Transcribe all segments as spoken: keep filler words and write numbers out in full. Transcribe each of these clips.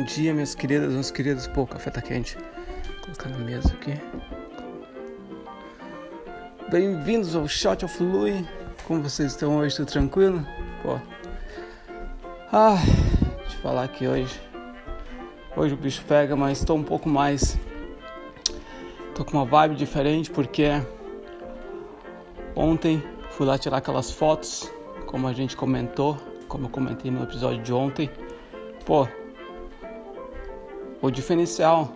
dia, minhas queridas, meus queridos. Pô, o café tá quente. Vou colocar na mesa aqui. Bem-vindos ao Shot of Lui. Como vocês estão hoje? Tudo tranquilo? Pô. Ah, deixa eu falar aqui hoje. Hoje o bicho pega, mas tô um pouco mais... Tô com uma vibe diferente porque... Ontem fui lá tirar aquelas fotos, como a gente comentou, como eu comentei no episódio de ontem. Pô, o diferencial,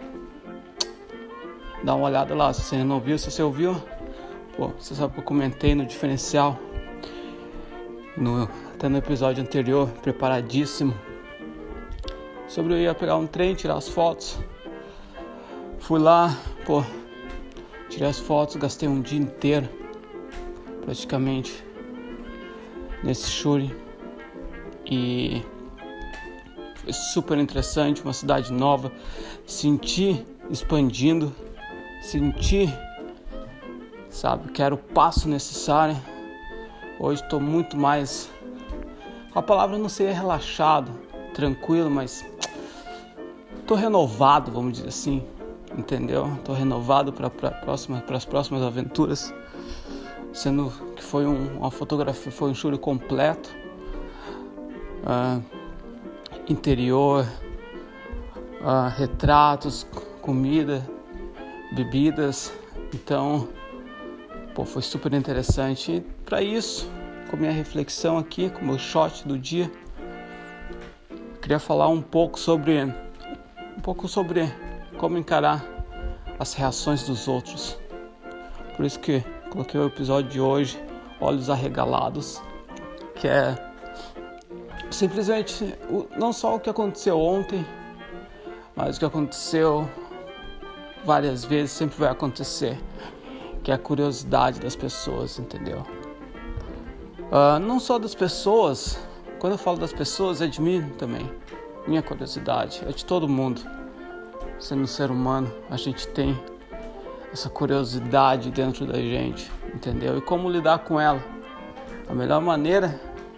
dá uma olhada lá, se você não viu, se você ouviu, pô, você sabe que eu comentei no diferencial, no, até no episódio anterior, preparadíssimo, sobre eu ia pegar um trem, tirar as fotos. Fui lá, pô, tirei as fotos, gastei um dia inteiro, praticamente, nesse shooting. E foi super interessante, uma cidade nova, senti expandindo, senti, sabe, que era o passo necessário. Hoje estou muito mais, a palavra não seria relaxado, tranquilo, mas estou renovado, vamos dizer assim, entendeu? Estou renovado para próxima, as próximas aventuras, sendo que foi um, uma fotografia, foi um shooting completo, uh, interior, uh, retratos, comida, bebidas. Então, pô, foi super interessante. E para isso, com a minha reflexão aqui, com o meu shot do dia, queria falar um pouco sobre um pouco sobre como encarar as reações dos outros. Por isso que coloquei o episódio de hoje, Olhos Arregalados, que é simplesmente não só o que aconteceu ontem, mas o que aconteceu várias vezes, sempre vai acontecer, que é a curiosidade das pessoas, entendeu? Uh, não só das pessoas, quando eu falo das pessoas é de mim também, minha curiosidade, é de todo mundo. Sendo um ser humano, a gente tem essa curiosidade dentro da gente, entendeu? E como lidar com ela? A melhor maneira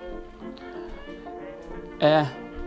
é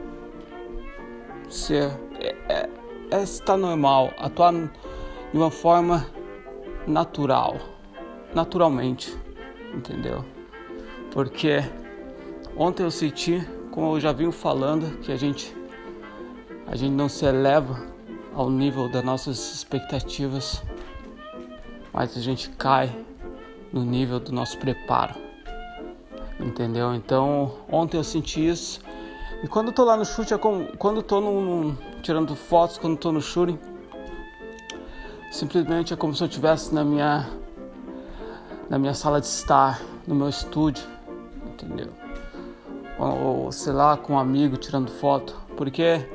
ser, é, é, é estar normal, atuar de uma forma natural, naturalmente, entendeu? Porque ontem eu senti, como eu já vim falando, que a gente, a gente não se eleva ao nível das nossas expectativas, mas a gente cai no nível do nosso preparo, entendeu? Então, ontem eu senti isso. E quando eu tô lá no shooting, é como, quando eu tô no, no, tirando fotos, quando eu tô no shooting, simplesmente é como se eu estivesse na minha, na minha sala de estar, no meu estúdio, entendeu? Ou, ou sei lá, com um amigo tirando foto, porque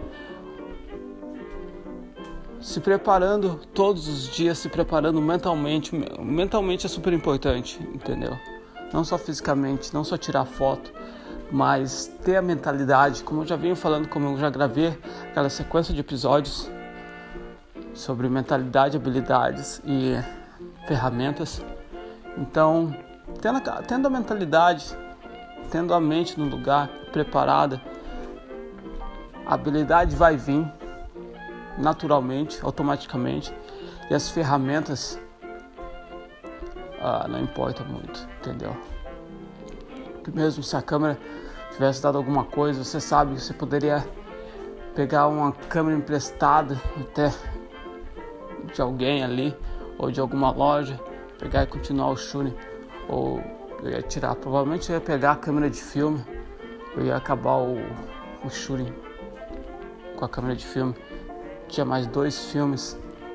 se preparando todos os dias, se preparando mentalmente, mentalmente é super importante, entendeu? Não só fisicamente, não só tirar foto, mas ter a mentalidade, como eu já venho falando, como eu já gravei aquela sequência de episódios sobre mentalidade, habilidades e ferramentas. Então, tendo a, tendo a mentalidade, tendo a mente no lugar, preparada, a habilidade vai vir naturalmente, automaticamente, e as ferramentas ah, não importa muito, entendeu? Porque mesmo se a câmera tivesse dado alguma coisa, você sabe que você poderia pegar uma câmera emprestada até de alguém ali, ou de alguma loja, pegar e continuar o shooting, ou eu ia tirar, provavelmente eu ia pegar a câmera de filme, eu ia acabar o, o shooting com a câmera de filme. Tinha mais dois filmes,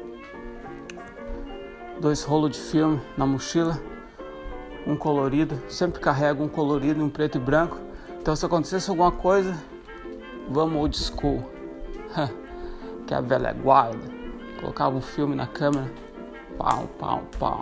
dois rolos de filme na mochila, um colorido, sempre carrego um colorido e um preto e branco. Então se acontecesse alguma coisa, vamos old school, que é a velha guarda. Colocava um filme na câmera, pau, pau, pau.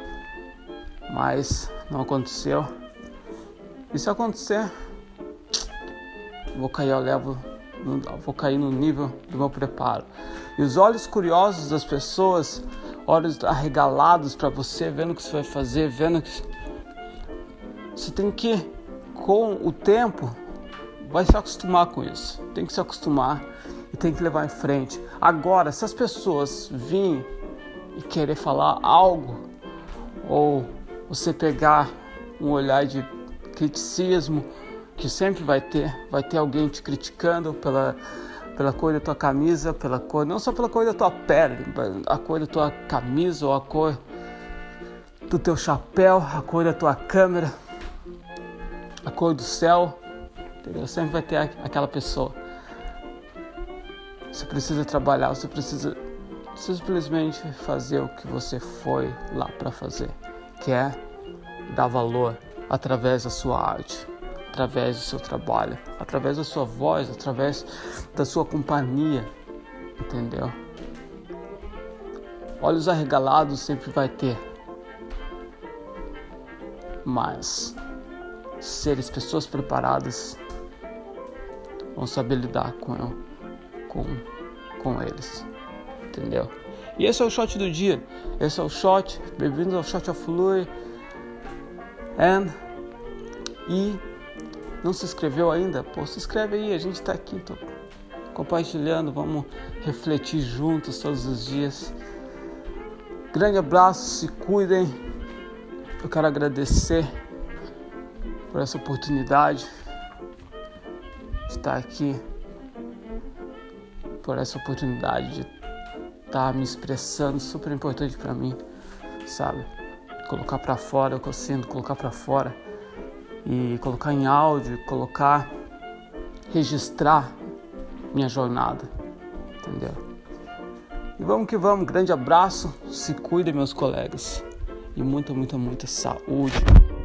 Mas não aconteceu. E se acontecer, vou cair ao level, vou cair no nível do meu preparo. E os olhos curiosos das pessoas, olhos arregalados para você, vendo o que você vai fazer, vendo que você tem que, com o tempo, vai se acostumar com isso. Tem que se acostumar e tem que levar em frente. Agora, se as pessoas virem e querer falar algo, ou você pegar um olhar de criticismo, que sempre vai ter, vai ter alguém te criticando pela, pela cor da tua camisa, pela cor, não só pela cor da tua pele, a cor da tua camisa, ou a cor do teu chapéu, a cor da tua câmera, a cor do céu, entendeu? Sempre vai ter aquela pessoa. Você precisa trabalhar, você precisa simplesmente fazer o que você foi lá para fazer, que é dar valor através da sua arte, através do seu trabalho, através da sua voz, através da sua companhia, entendeu? Olhos arregalados sempre vai ter, mas seres, pessoas preparadas vão saber lidar com, com, com eles, entendeu? E esse é o shot do dia, esse é o shot, bem-vindos ao Shot of Lui. And, e não se inscreveu ainda? Pô, se inscreve aí, a gente tá aqui, tô compartilhando, vamos refletir juntos todos os dias. Grande abraço, se cuidem. Eu quero agradecer por essa oportunidade de estar aqui, por essa oportunidade de estar me expressando, super importante para mim, sabe? Colocar para fora o que eu sinto, colocar para fora e colocar em áudio, colocar, registrar minha jornada, entendeu? E vamos que vamos, grande abraço, se cuidem, meus colegas, e muita, muita, muita saúde.